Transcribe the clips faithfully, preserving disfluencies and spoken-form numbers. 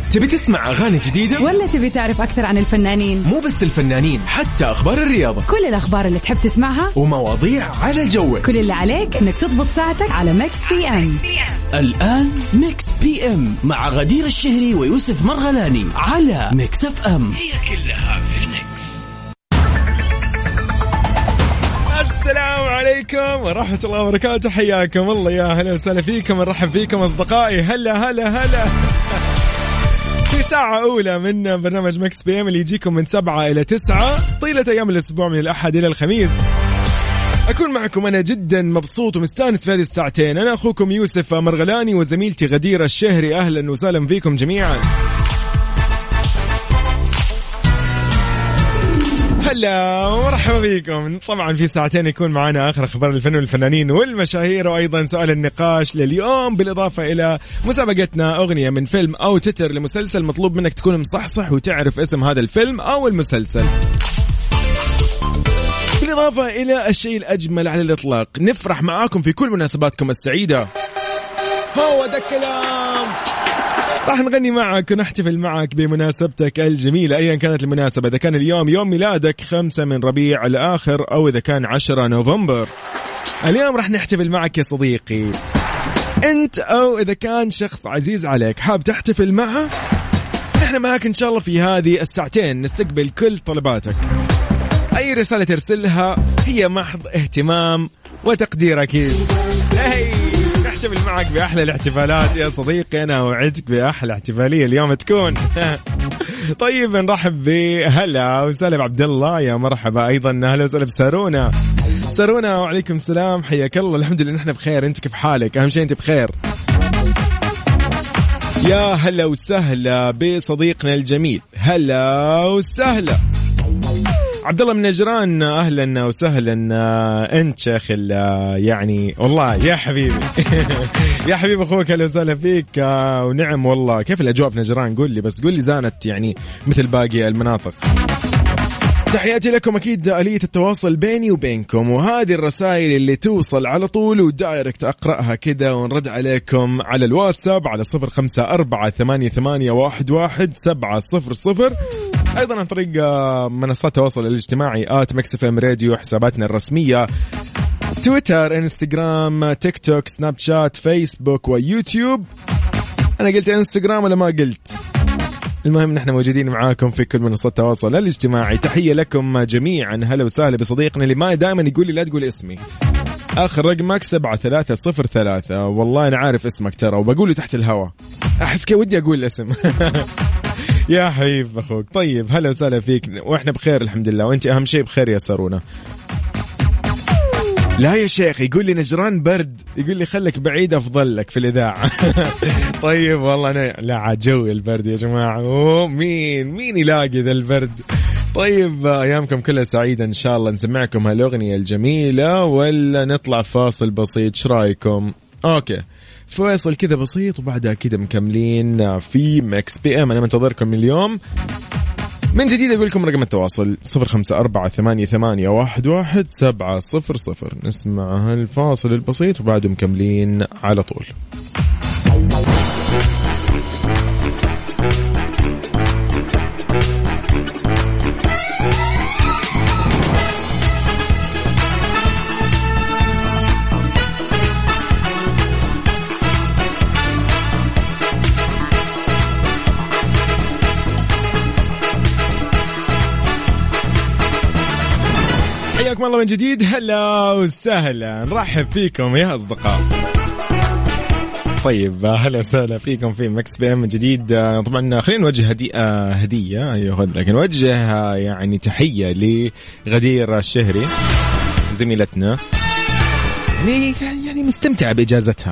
تبي تسمع أغاني جديدة ولا تبي تعرف أكثر عن الفنانين؟ مو بس الفنانين، حتى أخبار الرياضة، كل الأخبار اللي تحب تسمعها ومواضيع على جوك. كل اللي عليك إنك تضبط ساعتك على ميكس بي ام. الآن ميكس بي ام مع غدير الشهري ويوسف مرغلاني على ميكس اف ام. هي كلها في الميكس. السلام عليكم ورحمة الله وبركاته، حياكم الله، يا هلا وسهلا فيكم، نرحب فيكم أصدقائي. هلا هلا هلا في ساعة أولى من برنامج مكس بي ام اللي يجيكم من سبعة إلى تسعة طيلة أيام الأسبوع من الأحد إلى الخميس. أكون معكم أنا جدا مبسوط ومستانس في هذه الساعتين. أنا أخوكم يوسف مرغلاني وزميلتي غدير الشهري. أهلا وسهلا فيكم جميعا. هلا ومرحبا بكم. طبعا في ساعتين يكون معنا آخر أخبار الفن والفنانين والمشاهير، وأيضا سؤال النقاش لليوم، بالإضافة إلى مسابقتنا أغنية من فيلم أو تتر لمسلسل. مطلوب منك تكون مصحصح وتعرف اسم هذا الفيلم أو المسلسل. بالإضافة إلى الشيء الأجمل على الإطلاق، نفرح معاكم في كل مناسباتكم السعيدة. هو ده الكلام. راح نغني معك ونحتفل معك بمناسبتك الجميلة أيا كانت المناسبة. إذا كان اليوم يوم ميلادك خمسة من ربيع الآخر، أو إذا كان عشرة نوفمبر، اليوم راح نحتفل معك يا صديقي أنت، أو إذا كان شخص عزيز عليك حاب تحتفل معه، نحن معك إن شاء الله في هذه الساعتين. نستقبل كل طلباتك. أي رسالة ترسلها هي محض اهتمام وتقدير أكيد. هاي نحتفل معك بأحلى الاحتفالات يا صديقي. أنا وعدك بأحلى احتفالية اليوم تكون. طيب نرحب بهلا وسهلا بعبد الله، يا مرحبا. أيضا هلا وسهلا بسارونا. سارونا وعليكم السلام، حياك الله. الحمد لله نحن بخير، أنت كيف حالك؟ أهم شيء أنت بخير. يا هلا وسهلا بصديقنا الجميل، هلا وسهلا عبد الله من نجران. اهلا وسهلا. انت شيخ يعني والله يا حبيبي. يا حبيبي اخوك، اهلا وسهلا فيك. ونعم والله. كيف الاجواء في نجران؟ قول لي بس، قول لي زانت يعني مثل باقي المناطق؟ تحياتي لكم. أكيد آلية التواصل بيني وبينكم، وهذه الرسائل اللي توصل على طول ودايركت أقرأها كده ونرد عليكم على الواتساب على صفر خمسة أربعة ثمانية ثمانية واحد واحد سبعة صفر صفر. أيضا عن طريق منصات التواصل الاجتماعي آت ميكس اف ام راديو، حساباتنا الرسمية تويتر، انستغرام، تيك توك، سناب شات، فيسبوك ويوتيوب. أنا قلت انستغرام ولا ما قلت؟ المهم نحن موجودين معاكم في كل منصات التواصل الاجتماعي. تحية لكم جميعا. هلا وسهلا بصديقنا اللي ما دائما يقول لي لا تقول اسمي، آخر رقمك سبعة ثلاثة صفر ثلاثة. والله أنا عارف اسمك ترى، وبقوله تحت الهواء، أحس كي ودي أقول الاسم. يا حبيب أخوك. طيب هلا وسهلا فيك، وإحنا بخير الحمد لله، وإنت أهم شيء بخير يا سارونا. لا يا شيخ، يقول لي نجران برد، يقول لي خلك بعيد أفضل لك في الإذاعة. طيب والله أنا لا عاد جوي البرد يا جماعة. أوه مين مين يلاقي ذا البرد. طيب أيامكم كلها سعيدة إن شاء الله. نسمعكم هالأغنية الجميلة ولا نطلع فاصل بسيط؟ شو رايكم؟ أوكي فاصل كذا بسيط وبعدها كذا مكملين في ميكس بي ام. أنا منتظركم اليوم من جديد. أقول لكم رقم التواصل صفر خمسة أربعة ثمانية ثمانية واحد واحد سبعة صفر صفر. نسمع هالفاصل البسيط وبعده مكملين على طول. حياكم الله من جديد. هلا وسهلا، نرحب فيكم يا أصدقاء. طيب هلا وسهلا فيكم في مكس بي ام من جديد. طبعا خلينا نوجه هدية هدية أيوة، لكن نوجه يعني تحية لغدير الشهري زميلتنا، يعني مستمتعة بإجازتها.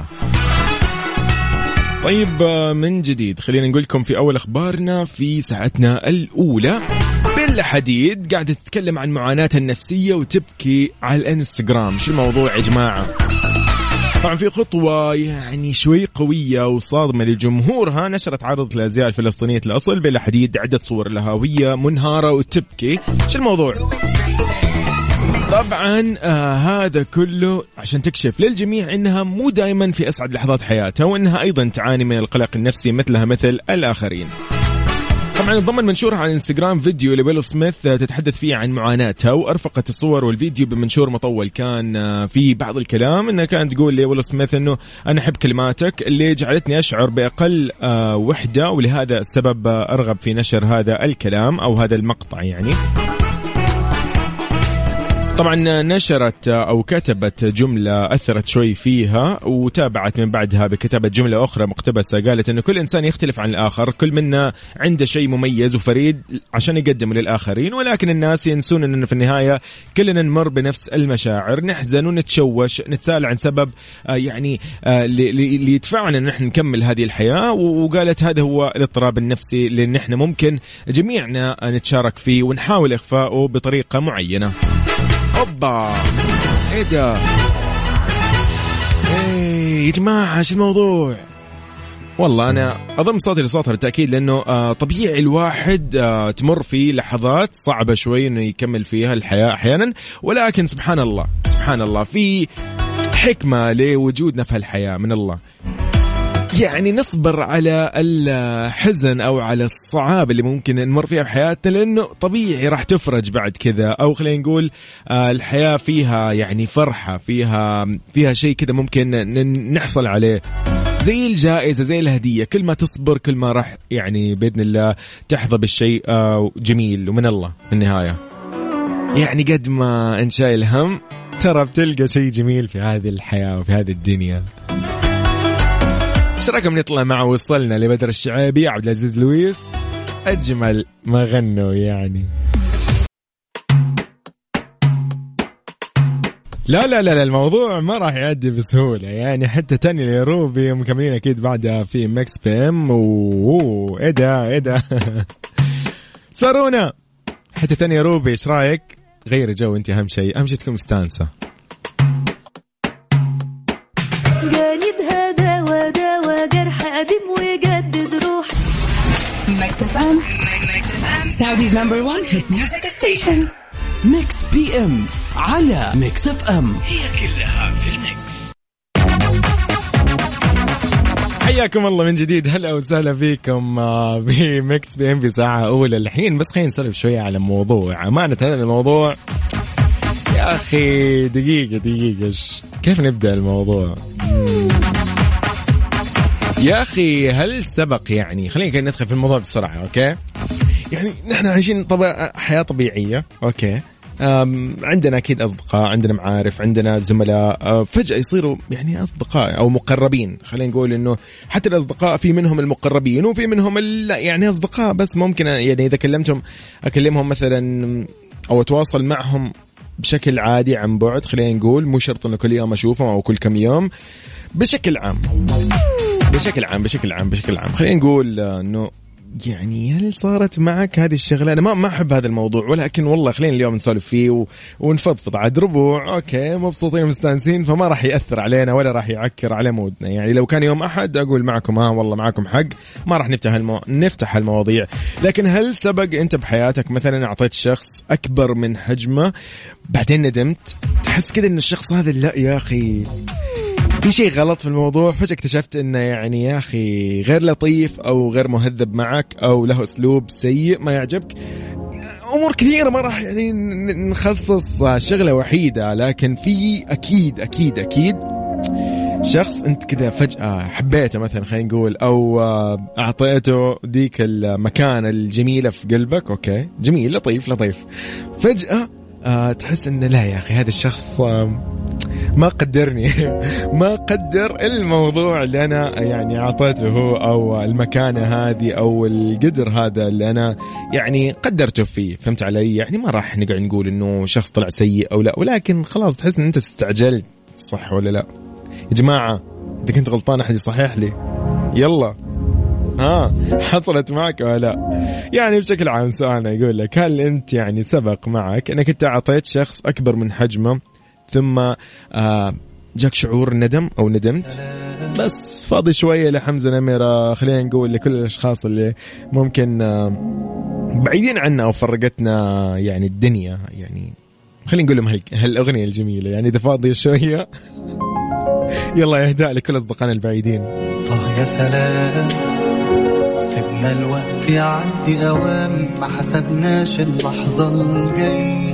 طيب من جديد خلينا نقول لكم في أول أخبارنا في ساعتنا الأولى. بالحديد قاعدة تتكلم عن معاناتها النفسية وتبكي على الانستغرام. شو الموضوع يا جماعة؟ طبعا في خطوة يعني شوي قوية وصادمة لجمهورها. نشرت عرض الأزياء الفلسطينية الأصل بالحديد عدة صور لها وهي منهارة وتبكي. شو الموضوع؟ طبعا آه هذا كله عشان تكشف للجميع انها مو دائما في اسعد لحظات حياتها، وانها ايضا تعاني من القلق النفسي مثلها مثل الاخرين. طبعا ضمن منشورها على الانستغرام فيديو لويل سميث تتحدث فيه عن معاناتها، وارفقت الصور والفيديو بمنشور مطول كان في بعض الكلام انها كانت تقول لويل سميث انه انا احب كلماتك اللي جعلتني اشعر باقل وحده، ولهذا السبب ارغب في نشر هذا الكلام او هذا المقطع. يعني طبعا نشرت أو كتبت جملة أثرت شوي فيها، وتابعت من بعدها بكتابة جملة أخرى مقتبسة قالت إنه كل إنسان يختلف عن الآخر، كل منا عنده شيء مميز وفريد عشان يقدمه للآخرين، ولكن الناس ينسون إنه في النهاية كلنا نمر بنفس المشاعر، نحزن ونتشوش، نتساءل عن سبب يعني اللي يدفعنا إن نحن نكمل هذه الحياة. وقالت هذا هو الاضطراب النفسي اللي نحن ممكن جميعنا نتشارك فيه ونحاول إخفائه بطريقة معينة. اوبا ايه ده ايه يا جماعه ايش الموضوع؟ والله انا اضم صوتي لصوتها بالتاكيد، لانه آه طبيعي الواحد آه تمر في لحظات صعبه شوي انه يكمل فيها الحياه احيانا، ولكن سبحان الله سبحان الله في حكمه لوجودنا في الحياه من الله. يعني نصبر على الحزن أو على الصعاب اللي ممكن نمر فيها بحياتنا، لأنه طبيعي راح تفرج بعد كذا، أو خلينا نقول الحياة فيها يعني فرحة، فيها فيها شيء كذا ممكن نحصل عليه زي الجائزة زي الهدية. كل ما تصبر كل ما راح يعني بإذن الله تحظى بالشيء جميل ومن الله في النهاية. يعني قد ما إن شاء الهم ترى بتلقى شيء جميل في هذه الحياة وفي هذه الدنيا. ايش رايكم نطلع معه؟ وصلنا لبدر الشعيبي، عبد العزيز لويس، اجمل ما غنوا يعني. لا لا لا الموضوع ما راح يعدي بسهوله يعني. حتى تاني يا روبي مكملين اكيد بعدها في ميكس بي ام. و ايه ده ايه ده سارونا حتى تاني يا روبي. ايش رايك؟ غير جو انت، اهم شيء اهم شيء تكون مستانسه. ميكس اف ام Saudi's number one hit music station. ميكس بي ام على ميكس اف ام، هي كلها في الميكس. حياكم الله من جديد، هلا وسهلا فيكم بميكس بي ام في ساعة أولى الحين. بس خلينا نسولف شوية على موضوع أمانة. هذا الموضوع يا أخي دقيقة دقيقة كيف نبدأ الموضوع يا أخي؟ هل سبق يعني خلينا كده ندخل في الموضوع بسرعة أوكي؟ يعني نحن عايشين طبعا حياة طبيعية أوكي، عندنا أكيد أصدقاء، عندنا معارف، عندنا زملاء، فجأة يصيروا يعني أصدقاء أو مقربين. خلينا نقول إنه حتى الأصدقاء في منهم المقربين وفي منهم لا يعني أصدقاء بس ممكن يعني إذا كلمتهم أكلمهم مثلا أو أتواصل معهم بشكل عادي عن بعد. خلينا نقول مو شرط إنه كل يوم أشوفهم أو كل كم يوم، بشكل عام بشكل عام بشكل عام بشكل عام خلينا نقول انه يعني هل صارت معك هذه الشغله؟ انا ما ما احب هذا الموضوع، ولكن والله خلينا اليوم نسولف فيه و... ونفضفض عاد ربوع اوكي، مبسوطين مستانسين، فما راح ياثر علينا ولا راح يعكر على مودنا. يعني لو كان يوم احد اقول معكم ها والله معكم حق، ما راح نفتح المو... نفتح المواضيع. لكن هل سبق انت بحياتك مثلا اعطيت شخص اكبر من حجمه بعدين ندمت؟ تحس كذا ان الشخص هذا لا يا اخي في شيء غلط في الموضوع، فجأة اكتشفت انه يعني يا اخي غير لطيف او غير مهذب معك او له اسلوب سيء ما يعجبك. امور كثيرة ما راح يعني نخصص شغلة وحيدة، لكن في اكيد اكيد اكيد شخص انت كذا فجأة حبيته مثلا خلينا نقول، او اعطيته ديك المكانة الجميلة في قلبك اوكي جميل لطيف لطيف، فجأة تحس ان لا يا اخي هذا الشخص ما قدرني ما قدر الموضوع اللي أنا يعني عطيته هو أو المكانة هذه أو القدر هذا اللي أنا يعني قدرته فيه. فهمت علي؟ يعني ما راح نقعد نقول إنه شخص طلع سيء أو لا، ولكن خلاص تحس إن أنت استعجلت. صح ولا لا يا جماعة؟ إذا كنت غلطان أحد يصحح لي يلا. ها حصلت معك ولا لا؟ يعني بشكل عام سؤالنا يقول لك هل أنت يعني سبق معك أنك أنت عطيت شخص أكبر من حجمه ثم آه جاك شعور ندم أو ندمت؟ بس فاضي شوية لحمزة نمرة. خلينا نقول لكل الأشخاص اللي ممكن آه بعيدين عنا أو فرقتنا يعني الدنيا، يعني خلينا نقول لهم هالأغنية الجميلة يعني إذا فاضية شوية. يلا يهدأ لكل أصدقائنا البعيدين. آه يا سلام سيبنا الوقت يعدي أوام ما حسبناش اللحظة الجاي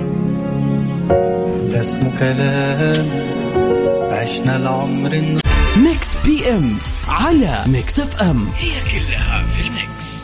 ده اسمه كلام عشنا العمر. ميكس بي ام على ميكس اف ام هي كلها في الميكس.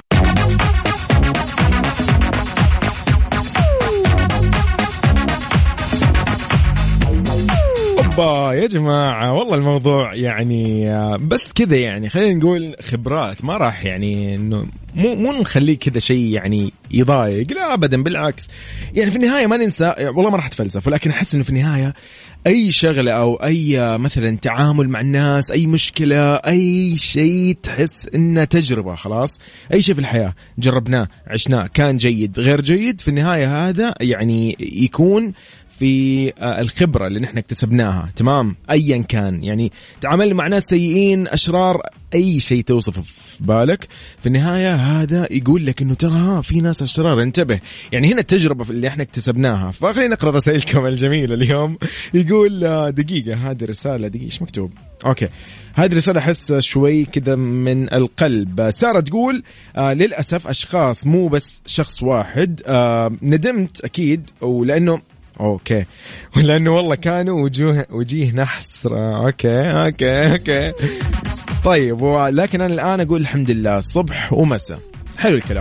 أوبا يا جماعة والله الموضوع يعني بس كذا يعني خلينا نقول خبرات ما راح يعني إنه مو مو نخليه كذا شيء يعني يضايق لا أبدا بالعكس يعني في النهاية ما ننسى والله ما راح أتفلسف ولكن أحس إنه في النهاية أي شغلة أو أي مثلا تعامل مع الناس أي مشكلة أي شيء تحس إنه تجربة خلاص أي شيء في الحياة جربناه عشناه كان جيد غير جيد في النهاية هذا يعني يكون في الخبرة اللي نحن اكتسبناها تمام أيا كان يعني تعامل مع ناس سيئين أشرار أي شيء توصفه في بالك في النهاية هذا يقول لك إنه ترى في ناس أشرار انتبه يعني هنا التجربة اللي احنا اكتسبناها. فخلينا نقرأ رسائلكم الجميلة اليوم. يقول دقيقة هذه رسالة دقيقة إيش مكتوب أوكي هذه رسالة أحس شوي كذا من القلب. سارة تقول آه للأسف أشخاص مو بس شخص واحد آه ندمت أكيد ولأنه اوكي ولانه والله كانوا وجوه وجيه نحس. اوكي اوكي اوكي طيب ولكن انا الان اقول الحمد لله صبح ومساء. حلو الكلام.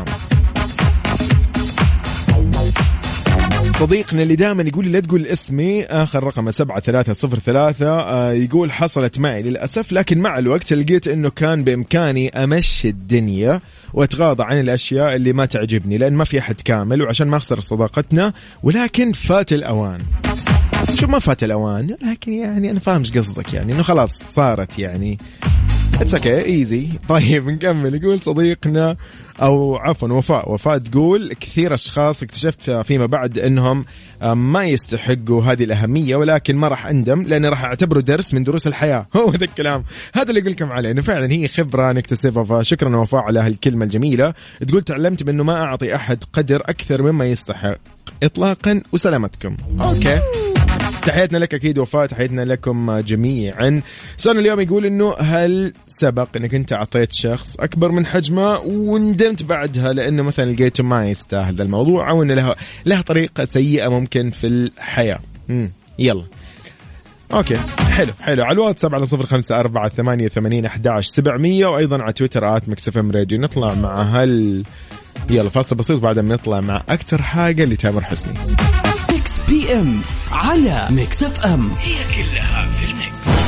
صديقنا اللي دائما يقول لي لا تقول اسمي آخر رقم سبعة ثلاثة صفر ثلاثة آه يقول حصلت معي للأسف لكن مع الوقت لقيت أنه كان بإمكاني أمشي الدنيا وأتغاضى عن الأشياء اللي ما تعجبني لأن ما في أحد كامل وعشان ما أخسر صداقتنا ولكن فات الأوان. شو ما فات الأوان لكن يعني أنا فاهم ايش قصدك يعني أنه خلاص صارت يعني It's okay easy. طيب نكمل. يقول صديقنا أو عفوا وفاء وفاء تقول كثير أشخاص اكتشفت فيما بعد أنهم ما يستحقوا هذه الأهمية ولكن ما راح أندم لأن راح أعتبره درس من دروس الحياة. هو ذا الكلام هذا اللي يقولكم عليه إنه فعلا هي خبرة نكتسبها. فشكرا وفاء على هالكلمة الجميلة. تقول تعلمت بأنه ما أعطي أحد قدر أكثر مما يستحق إطلاقا وسلامتكم. أوكي تحياتنا لك أكيد وفاء تحياتنا لكم جميعا. سؤال اليوم يقول إنه هل سبق إنك أنت أعطيت شخص أكبر من حجمه وندمت بعدها لأنه مثلا لقيته ما يستاهل الموضوع أو إنه له له طريقة سيئة ممكن في الحياة. مم. يلا أوكي حلو حلو على الواتساب على صفر خمسة أربعة ثمانية ثمانين أحد عشر سبعمية وأيضا على تويتر آت ميكس إف إم راديو. نطلع مع هال يلا فاصل بسيط بعد ما نطلع مع أكتر حاجة لتامر حسني. ميكس بي ام على ميكس اف ام هي كلها في الميكس.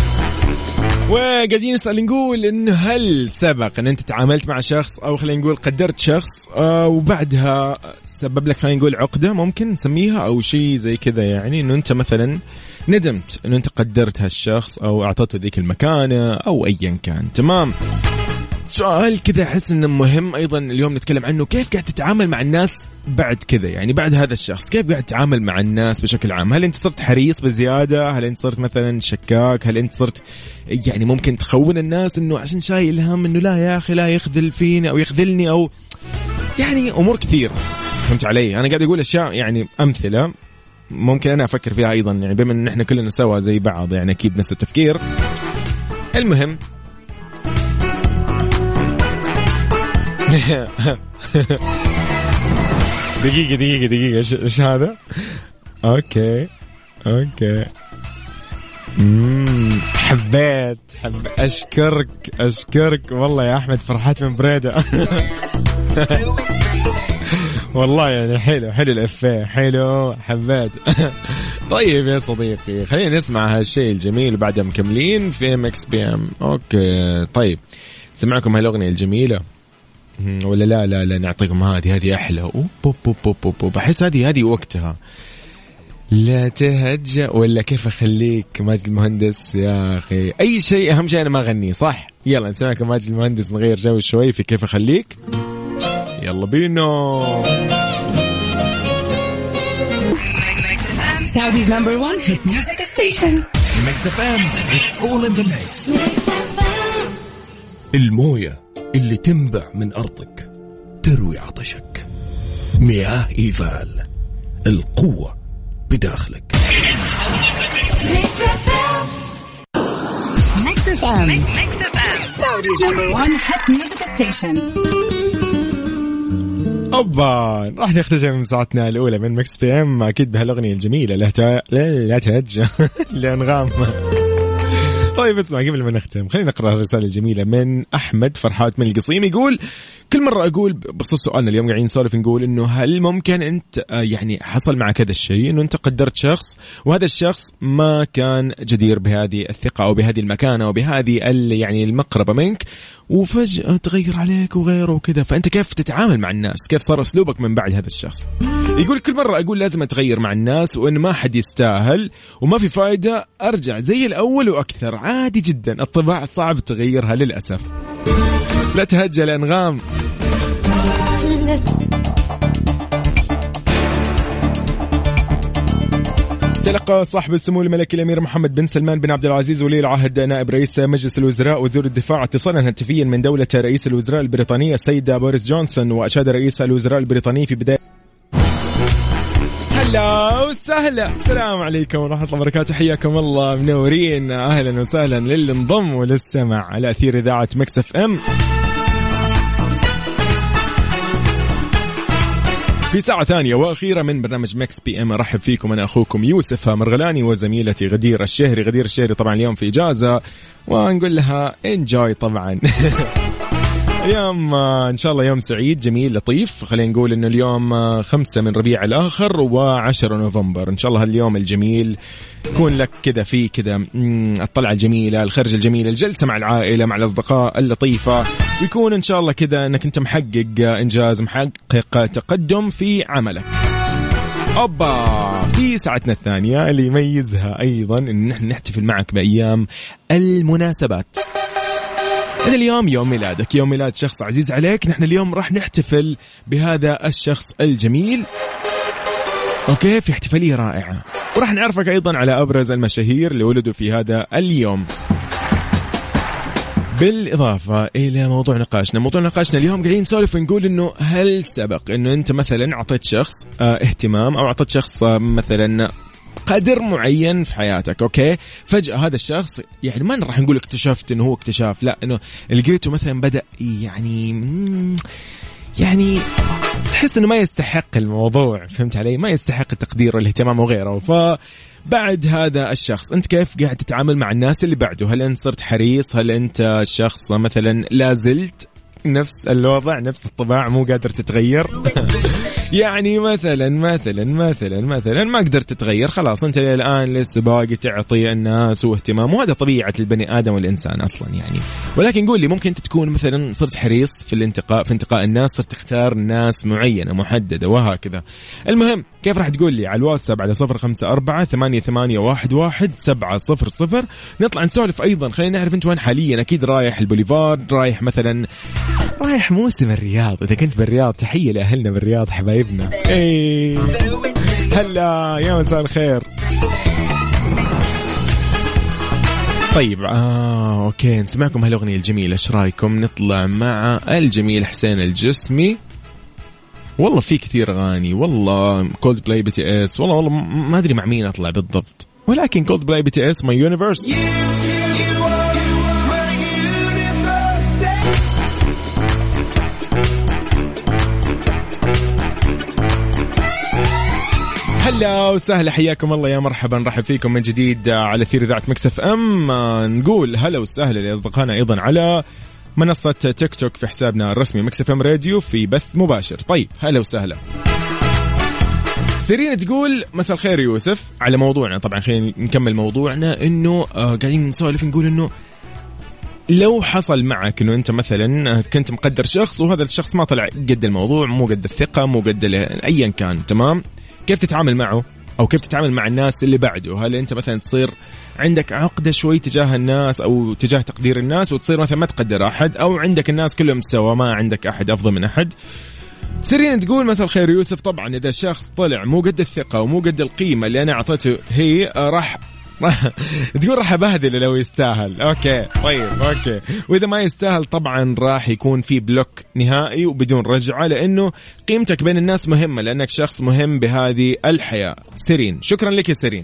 وقاعدين نسأل نقول إنه هل سبق إن أنت تعاملت مع شخص أو خلينا نقول قدرت شخص آه وبعدها سبب لك خلينا نقول عقدة ممكن نسميها أو شيء زي كذا يعني إنه أنت مثلا ندمت إنه أنت قدرت هالشخص أو أعطيته ذيك المكانة أو أيا كان. تمام. سؤال كذا أحس إنه مهم أيضا اليوم نتكلم عنه كيف قاعد تتعامل مع الناس بعد كذا يعني بعد هذا الشخص كيف قاعد تتعامل مع الناس بشكل عام. هل أنت صرت حريص بزيادة هل أنت صرت مثلا شكاك هل أنت صرت يعني ممكن تخون الناس إنه عشان شايل هم إنه لا يا أخي لا يخذل فيني أو يخذلني أو يعني أمور كثير. فهمت علي؟ أنا قاعد أقول أشياء يعني أمثلة ممكن أنا أفكر فيها أيضا يعني بما إن إحنا كلنا سوا زي بعض يعني أكيد نفس التفكير. المهم دقيقة دقيقة دقيقة إيش هذا؟ أوكي أوكي مم. حبيت حب أشكرك أشكرك والله يا أحمد فرحت من بريدة. والله يعني حلو حلو الإفيه حلو حبيت. طيب يا صديقي خلينا نسمع هالشيء الجميل بعد مكملين في ميكس بي ام. أوكي طيب سمعكم هالأغنية الجميلة ولا لا لا لا نعطيكم هذه هذه أحلى. أوب أوب أوب أوب بحس هذه هذه وقتها. لا تهجأ ولا كيف أخليك ماجد المهندس يا أخي أي شيء أهم شيء أنا ما أغنيه صح. يلا نسمعكم ماجد المهندس نغير جو شوي في كيف أخليك. يلا بينو. Saudi's number one hit music station. Mix إف إم. It's all in the mix. الموية اللي تنبع من أرضك تروي عطشك. مياه إيفال القوة بداخلك. Mix إف إم. Mix إف إم. Saudi's number one hit music station. أوبا راح نختتم ساعتنا الأولى من مكس بي ام أكيد بهالأغنية الجميلة لا ت... لا تهجى لأنغام. طيب اسمع قبل ما نختم خلينا نقرأ الرسالة الجميلة من أحمد فرحات من القصيم. يقول كل مرة أقول بخصوص سؤالنا اليوم قاعدين نسولف نقول إنه هل ممكن أنت يعني حصل معك هذا الشيء إنه أنت قدرت شخص وهذا الشخص ما كان جدير بهذه الثقة أو بهذه المكانة أو بهذه يعني المقربة منك وفجأة تغير عليك وغيره وكذا، فأنت كيف تتعامل مع الناس؟ كيف صار أسلوبك من بعد هذا الشخص؟ يقول كل مرة أقول لازم أتغير مع الناس وإن ما حد يستاهل وما في فايدة أرجع زي الأول وأكثر. عادي جدا، الطباع صعب تغيرها للأسف. لا تهجى الأنغام. تلقى صاحب السمو الملكي الأمير محمد بن سلمان بن عبد العزيز ولي العهد نائب رئيس مجلس الوزراء وزير الدفاع اتصالا هاتفيا من دولة رئيس الوزراء البريطانية السيد بوريس جونسون. وأشاد رئيس الوزراء البريطاني في بداية هلا وسهلا السلام عليكم ورحمة الله وبركاته، حياكم الله منورين، أهلا وسهلا للي انضموا للسمع على أثير إذاعة مكس إف إم في ساعة ثانية وأخيرة من برنامج مكس بي ام. أرحب فيكم أنا أخوكم يوسف مرغلاني وزميلتي غدير الشهري. غدير الشهري طبعا اليوم في إجازة ونقول لها انجوي طبعا. اليوم إن شاء الله يوم سعيد جميل لطيف. خلينا نقول إنه اليوم خمسة من ربيع الآخر وعشرة نوفمبر. إن شاء الله هاليوم الجميل يكون لك كذا في كذا الطلعة الجميلة، الخرجة الجميلة، الجلسة مع العائلة مع الأصدقاء اللطيفة، ويكون إن شاء الله كذا أنك أنت محقق إنجاز، محقق تقدم في عملك. أوبا في ساعتنا الثانية اللي يميزها أيضا إن نحن نحتفل معك بأيام المناسبات. هذا اليوم يوم ميلادك، يوم ميلاد شخص عزيز عليك، نحن اليوم راح نحتفل بهذا الشخص الجميل أوكي في احتفالية رائعة، وراح نعرفك أيضا على أبرز المشاهير اللي ولدوا في هذا اليوم. بالإضافة إلى موضوع نقاشنا، موضوع نقاشنا اليوم قاعدين نسولف ونقول إنه هل سبق إنه أنت مثلا أعطيت شخص اه اهتمام أو أعطيت شخص اه مثلا قدر معين في حياتك أوكي، فجأة هذا الشخص يعني ما راح نقول اكتشفت إنه هو اكتشاف، لا إنه لقيته مثلا بدأ يعني يعني تحس إنه ما يستحق الموضوع، فهمت علي؟ ما يستحق التقدير والاهتمام وغيره. فبعد هذا الشخص أنت كيف قاعد تتعامل مع الناس اللي بعده؟ هل أنت صرت حريص؟ هل أنت شخص مثلا لازلت نفس الوضع نفس الطباع مو قادر تتغير؟ يعني مثلا مثلا مثلا مثلا ما قدرت تتغير خلاص انت الان لسه باقي تعطي الناس واهتمام، وهذا طبيعه البني ادم والانسان اصلا يعني. ولكن قول لي ممكن انت تكون مثلا صرت حريص في الانتقاء في انتقاء الناس، صرت تختار ناس معينه محدده وهكذا. المهم كيف راح تقول لي على الواتساب على صفر خمسة أربعة ثمانية ثمانية واحد واحد سبعة صفر صفر. نطلع نسولف ايضا، خلينا نعرف انت وين حاليا. اكيد رايح البوليفارد، رايح مثلا رايح موسم الرياض، إذا كنت بالرياض تحية لأهلنا بالرياض حبايبنا. إيه هلا يا مساء الخير. طيب آه أوكي نسمعكم هالأغنية الجميلة، إيش رايكم نطلع مع الجميل حسين الجسمي؟ والله في كثير أغاني، والله كولد بلاي بي تي اس، والله والله ما أدري مع مين أطلع بالضبط، ولكن كولد بلاي بي تي اس ماي يونيفرس. هلا وسهلا حياكم الله، يا مرحبا نرحب فيكم من جديد على ثير إذاعة مكس إف إم. نقول هلا وسهلا لأصدقائنا أيضا على منصة تيك توك في حسابنا الرسمي مكس إف إم راديو في بث مباشر. طيب هلا وسهلا. سيرين تقول مساء الخير يوسف، على موضوعنا طبعا خلينا نكمل موضوعنا، إنه آه قاعدين نسولف نقول إنه لو حصل معك إنه أنت مثلا كنت مقدر شخص وهذا الشخص ما طلع قد الموضوع، مو قد الثقة، مو قد أيا كان، تمام؟ كيف تتعامل معه أو كيف تتعامل مع الناس اللي بعده؟ هل أنت مثلا تصير عندك عقدة شوي تجاه الناس أو تجاه تقدير الناس وتصير مثلا ما تقدر أحد، أو عندك الناس كلهم سوا ما عندك أحد أفضل من أحد؟ سيرين تقول مساء الخير يوسف، طبعا إذا شخص طلع مو قد الثقة ومو قد القيمة اللي أنا أعطيته هي راح تقول راح أبهدله لو يستاهل. أوكي طيب أوكي. وإذا ما يستاهل طبعا راح يكون في بلوك نهائي وبدون رجعة، لأنه قيمتك بين الناس مهمة، لأنك شخص مهم بهذه الحياة. سيرين، شكرا لك يا سيرين.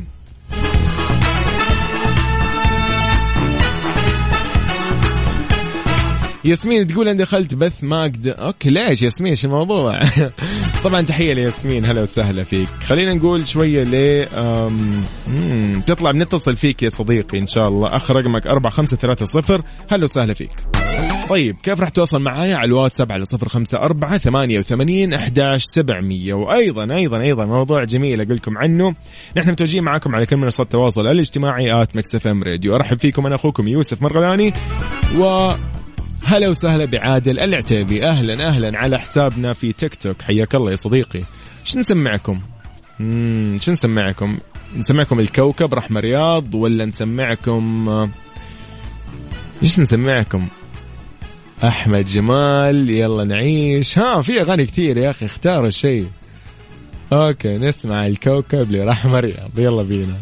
ياسمين تقول أن دخلت بث ما أقدر. أوكي ليش ياسمين، إيش الموضوع؟ طبعا تحية لياسمين، هلا وسهلا فيك. خلينا نقول شوية ل أم... تطلع بنتصل فيك يا صديقي إن شاء الله. آخر رقمك أربعة خمسة ثلاثة صفر. هلا وسهلا فيك. طيب كيف راح تواصل معايا؟ على الواتساب على صفر خمسة أربعة ثمانية وثمانين أحداش سبعمية. وأيضا أيضا أيضا موضوع جميل أقول لكم عنه، نحن متواجدين معاكم على كل منصات التواصل الاجتماعي آت ميكس اف ام راديو. أرحب فيكم، أنا أخوكم يوسف مرغلاني، و هلا وسهلا بعادل العتيبي. أهلا أهلا على حسابنا في تيك توك. حياك الله يا صديقي. شو نسمعكم؟ مم. شو نسمعكم؟ نسمعكم الكوكب رحمة رياض، ولا نسمعكم إيش نسمعكم؟ أحمد جمال، يلا نعيش. ها في أغاني كثير يا أخي، اختاروا الشيء. أوكي نسمع الكوكب لرحمة رياض، يلا بينا.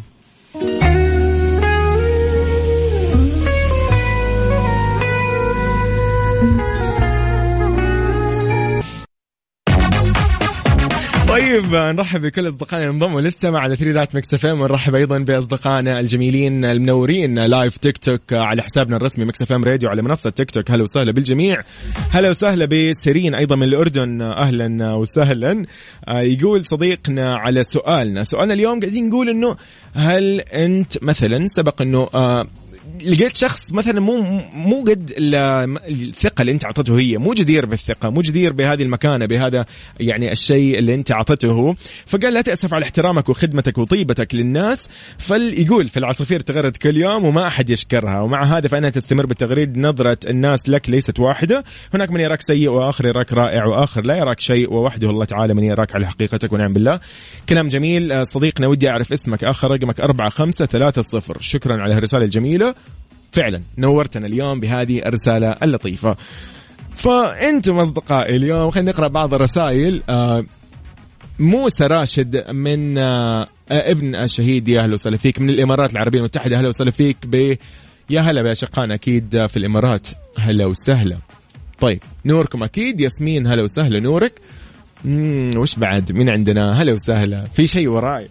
طيب نرحب بكل أصدقائنا انضموا للسماع على ثري ذات ميكس اف ام، ونرحب أيضا بأصدقائنا الجميلين المنورين لايف تيك توك على حسابنا الرسمي ميكس اف ام راديو على منصة تيك توك. هلا وسهلا بالجميع. هلا وسهلا بسيرين أيضا من الأردن، أهلا وسهلا. يقول صديقنا على سؤالنا سؤالنا اليوم قاعدين نقول إنه هل أنت مثلا سبق إنه لقيت شخص مثلا مو مو قد الثقة اللي انت عطته، هي مو جدير بالثقة، مو جدير بهذه المكانة، بهذا يعني الشيء اللي انت عطته، فقال لا تأسف على احترامك وخدمتك وطيبتك للناس. فيقول في العصافير تغرد كل يوم وما أحد يشكرها، ومع هذا فأنا تستمر بالتغريد. نظرة الناس لك ليست واحدة، هناك من يراك سيء وآخر يراك رائع وآخر لا يراك شيء، ووحده الله تعالى من يراك على حقيقتك، ونعم بالله. كلام جميل. صديقنا ودي أعرف اسمك، آخر رقمك أربعة خمسة ثلاثة صفر. شكرا على هالرسالة الجميلة، فعلا نورتنا اليوم بهذه الرسالة اللطيفة. فأنتم أصدقائي اليوم خلينا نقرأ بعض الرسائل. آه موسى راشد من آه ابن الشهيد، يا هلا وسهلا فيك، من الإمارات العربية المتحدة. هلا وسهلا فيك ب يا هلا بأشقائنا أكيد في الإمارات، هلا وسهلا. طيب نوركم أكيد. ياسمين هلا وسهلا نورك. مم وش بعد من عندنا؟ هلا وسهلا. في شيء وراي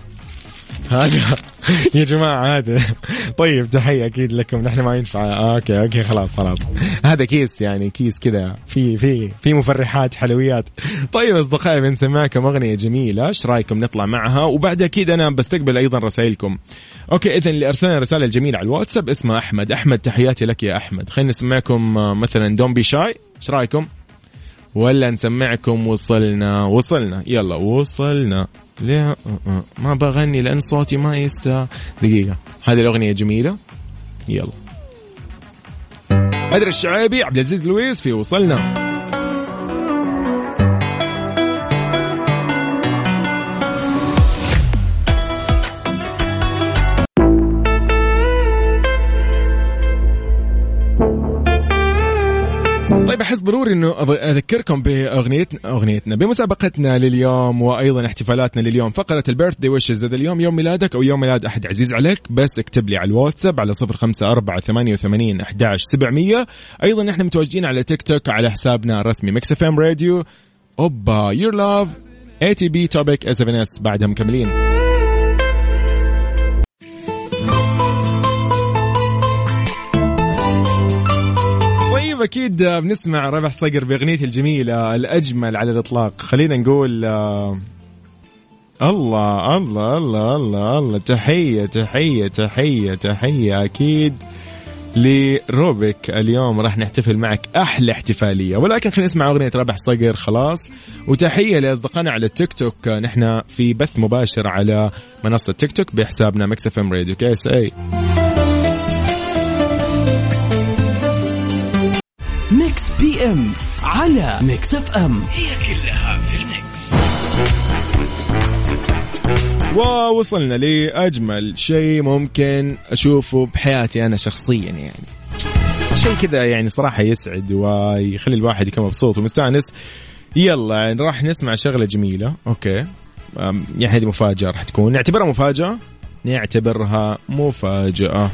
هذا يا جماعة هذا. طيب تحية أكيد لكم، نحن ما ينفع. أوكي أوكي خلاص خلاص، هذا كيس يعني كيس كذا في في في مفرحات حلويات. طيب أصدقائي بنسمعكم أغنية جميلة، إيش رأيكم نطلع معها؟ وبعد أكيد أنا بستقبل أيضا رسائلكم. أوكي إذن اللي أرسلنا رسالة الجميلة على الواتساب اسمه أحمد. أحمد تحياتي لك يا أحمد. خلينا نسمعكم مثلا دون بي شاي، إيش رأيكم؟ ولا نسمعكم وصلنا؟ وصلنا يلا وصلنا. ليه ما بغني لأن صوتي ما يستا. دقيقة، هذه الأغنية جميلة. يلا أدري الشعيبي، عبد العزيز لويس في وصلنا. أحس ضروري إنه أذكركم بأغنيتنا أغنيتنا بمسابقتنا لليوم، وأيضا احتفالاتنا لليوم. فقرة البيرث دي ويشز، إذا اليوم يوم ميلادك أو يوم ميلاد أحد عزيز عليك، بس اكتب لي على الواتساب على صفر خمسة أربعة ثمانية وثمانين أحداش سبعمية. أيضا نحن متواجدين على تيك توك على حسابنا الرسمي ميكس اف ام راديو. أوبا يور لاف اي تي بي توبيك اس إف إن إس، بعدها مكملين. أكيد بنسمع ربح صقر بأغنية الجميلة الأجمل على الإطلاق. خلينا نقول آه الله الله الله الله الله. تحية تحية تحية تحية أكيد لروبك. اليوم راح نحتفل معك أحلى احتفالية، ولكن خلينا نسمع أغنية ربح صقر خلاص. وتحية لأصدقائنا على التيك توك، نحن في بث مباشر على منصة تيك توك بحسابنا ميكس اف ام راديو كي اس اي. ميكس بي ام على ميكس اف ام، هي كلها في الميكس. ووصلنا لأجمل شيء ممكن أشوفه بحياتي أنا شخصيا، يعني شيء كذا يعني صراحة يسعد ويخلي الواحد يكون مبسوط ومستانس. يلا يعني راح نسمع شغلة جميلة. أوكي يعني هذه مفاجأة راح تكون، نعتبرها مفاجأة. نعتبرها مفاجأة.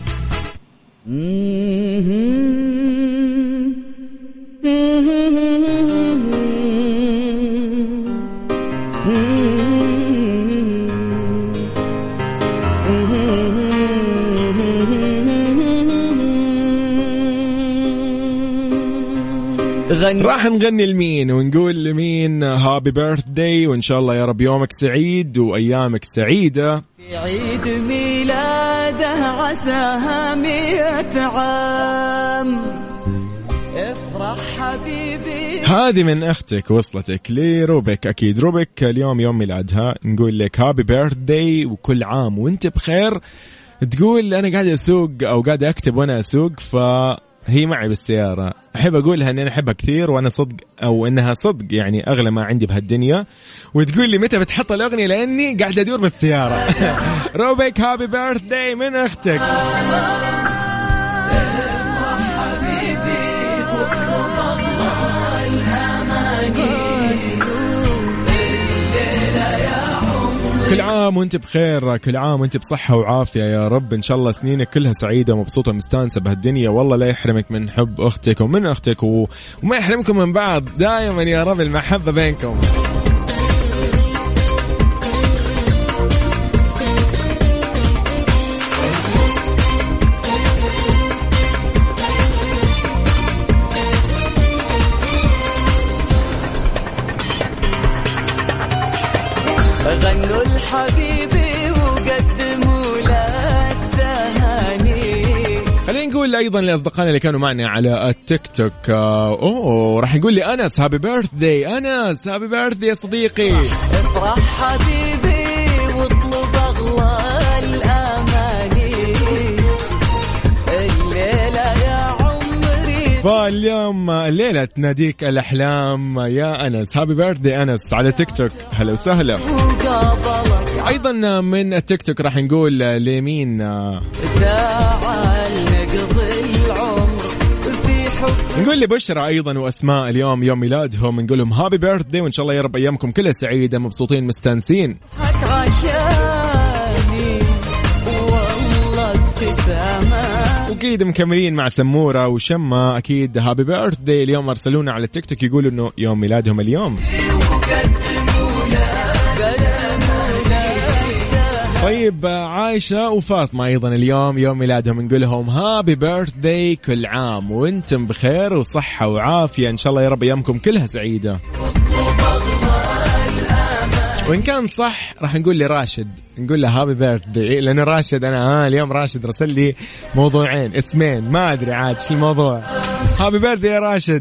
راح نغني لمين ونقول لمين هابي بيرثداي، وإن شاء الله يا رب يومك سعيد وأيامك سعيدة. في عيد ميلاده عساها مئة عام، افرح حبيبي. هذه من أختك وصلتك لروبك، أكيد روبك اليوم يوم ميلادها، نقول لك هابي بيرثداي وكل عام وانت بخير. تقول أنا قاعد أسوق أو قاعد أكتب وأنا أسوق، ف هي معي بالسيارة، أحب أقولها أني أنا أحبها كثير وأنا صدق، أو أنها صدق يعني أغلى ما عندي بهالدنيا. وتقول لي متى بتحط الأغنية لأني قاعد أدور بالسيارة. روبك هابي بيرثداي من أختك. كل عام وانت بخير، كل عام وانت بصحة وعافية يا رب. ان شاء الله سنينك كلها سعيدة ومبسوطة ومستانسة بهالدنيا، والله لا يحرمك من حب اختك ومن اختك و... وما يحرمكم من بعض دائما يا رب، المحبة بينكم. غنوا الحبيبي وقدموا له التهاني. خلينا نقول أيضا لأصدقائنا اللي كانوا معنا على التيك توك، أوه راح يقول لي أنس هابي بيرثداي، أنس هابي بيرثداي يا صديقي. افرح حبيبي واطلب أغلى الأماني، الليلة يا عمري. فاليوم الليلة تناديك الأحلام يا أنس، هابي بيرثداي أنس على تيك توك، هلا وسهلا. أيضا من التيك توك راح نقول لمين، نقول لبشرى أيضا وأسماء اليوم يوم ميلادهم، نقول لهم هابي بيرثداي وإن شاء الله يا رب أيامكم كلها سعيدة مبسوطين مستانسين. أكيد مكملين مع سمورة وشمة، أكيد هابي بيرثداي اليوم. أرسلونا على التيك توك يقولوا إنه يوم ميلادهم اليوم. طيب عايشة وفاطمة أيضا اليوم يوم ميلادهم، نقول لهم هابي بيرثداي كل عام وانتم بخير وصحة وعافية، إن شاء الله يا رب أيامكم كلها سعيدة. وإن كان صح راح نقول لراشد، نقول له هابي بيرثداي، لأنه راشد أنا ها اليوم راشد رسل لي موضوعين اسمين ما أدري عاد شو الموضوع. هابي بيرثداي يا راشد.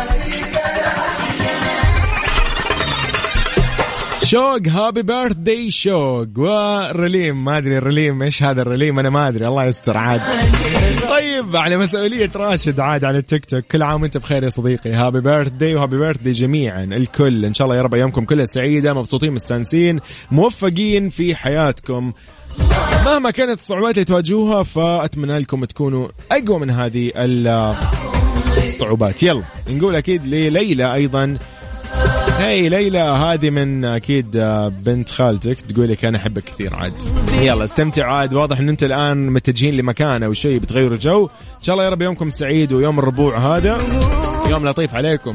شوق هابي بيرثداي شوق، ورليم ما أدري الرليم إيش هذا الرليم، أنا ما أدري الله يستر عاد. طيب على مسؤولية راشد عاد على التيك توك، كل عام وانت بخير يا صديقي، هابي بيرثداي وهابي بيرثداي جميعا الكل، إن شاء الله يا رب أيامكم كلها سعيدة مبسوطين مستانسين موفقين في حياتكم مهما كانت الصعوبات اللي تواجهوها، فأتمنى لكم تكونوا أقوى من هذه الصعوبات. يلا نقول أكيد لليلى أيضا، هاي ليلى هذه من أكيد بنت خالتك، تقولك أنا أحبك كثير عاد. يلا استمتعوا عاد، واضح أن أنت الآن متجهين لمكان أو شيء بتغيروا جو. إن شاء الله يا رب يومكم سعيد ويوم الربوع هذا يوم لطيف عليكم.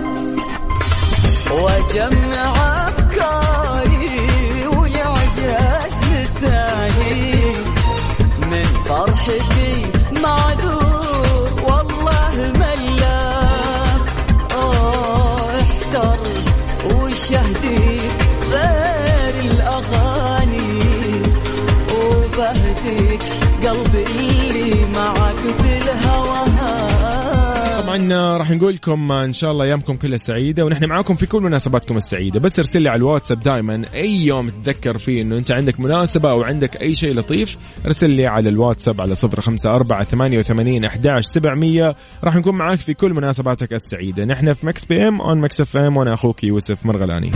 وجمع أفكاري والإعجاز لساني من فرحتي معذور والله ملا احتر وشهديك غير الأغاني وبهديك قلبي اللي معك في الهواها. طبعا راح نقول لكم ان شاء الله ايامكم كلها سعيده ونحن معاكم في كل مناسباتكم السعيده، بس ارسل لي على الواتساب دائما اي يوم تتذكر فيه انه انت عندك مناسبه او عندك اي شيء لطيف، ارسل لي على الواتساب على صفر خمسة أربعة ثمانية وثمانين أحد عشر سبعمية، راح نكون معاك في كل مناسباتك السعيده. نحن في مكس بي ام اون مكس اف ام، وانا اخوك يوسف مرغلاني.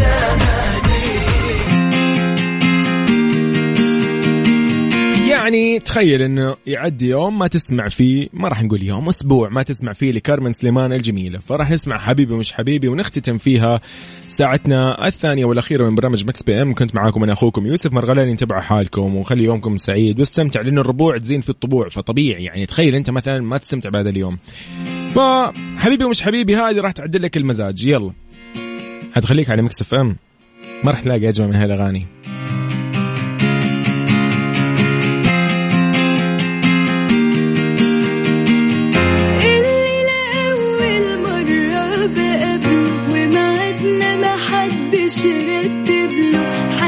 يعني تخيل انه يعدي يوم ما تسمع فيه، ما راح نقول يوم، اسبوع ما تسمع فيه لكارمن سليمان الجميلة، فراح نسمع حبيبي مش حبيبي ونختتم فيها ساعتنا الثانية والأخيرة من برنامج مكس بي ام. كنت معاكم انا اخوكم يوسف مرغلاني. انتبعوا حالكم وخلي يومكم سعيد واستمتع، لأنه الربوع تزين في الطبوع، فطبيعي يعني تخيل انت مثلا ما تستمتع بهذا اليوم، فحبيبي مش حبيبي هذه راح تعدل لك المزاج. يلا هتخليك على مكس اف ام، ما راح تلاقي اجمل من هاي الاغاني. رتب له